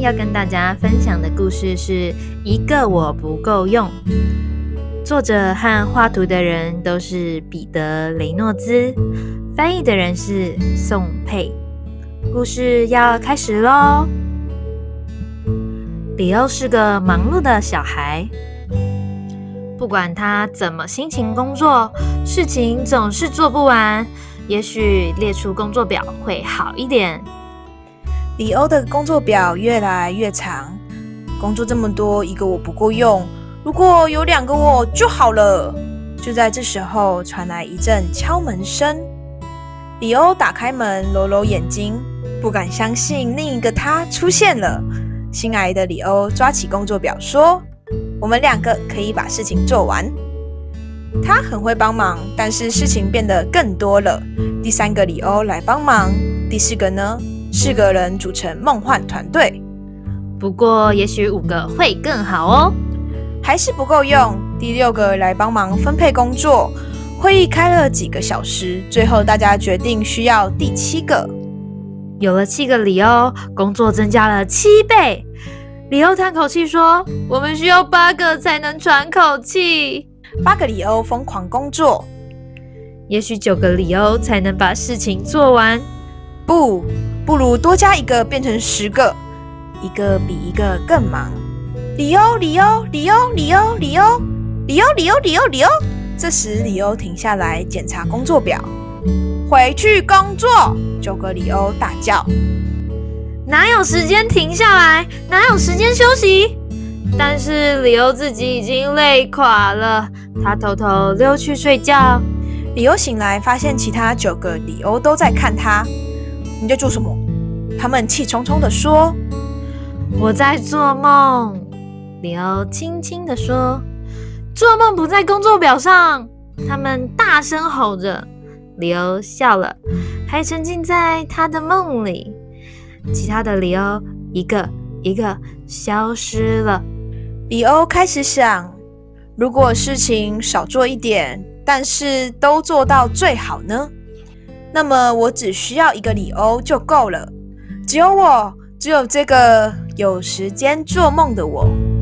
要跟大家分享的故事是一个我不够用。作者和画图的人都是彼得·雷诺兹，翻译的人是宋佩。故事要开始咯。里欧是个忙碌的小孩，不管他怎么辛勤工作，事情总是做不完。也许列出工作表会好一点。 里欧的工作表越来越长，工作这么多，一个我不够用，如果有2个我就好了。就在这时候，传来一阵敲门声。里欧打开门，揉揉眼睛，不敢相信另一个他出现了。心爱的里欧抓起工作表说：“我们2个可以把事情做完。”他很会帮忙，但是事情变得更多了。第3个里欧来帮忙，第4个呢？4个人组成梦幻团队。 不过也许5个会更好哦。 还是不够用，第6个来帮忙分配工作。会议开了几个小时，最后大家决定需要第7个。 有了7个里欧，工作增加了7倍。里欧叹口气说：“我们需要8个才能喘口气。 ”8个里欧疯狂工作。 也许9个里欧才能把事情做完。 不如多加1个变成10个，一个比一个更忙。里欧。这时里欧停下来检查工作表。回去工作！9个里欧大叫。 哪有时间停下来？哪有时间休息？但是里欧自己已经累垮了，他偷偷溜去睡觉。 里欧醒来，发现其他9个里欧都在看他。你在做什么？他们气冲冲地说。 我在做梦。里欧轻轻地说。做梦不在工作表上。他们大声吼着。里欧笑了，还沉浸在他的梦里。其他的里欧一个一个消失了。 里欧开始想，如果事情少做一点，但是都做到最好呢？那么我只需要1个里欧就够了。只有这个有时间做梦的我。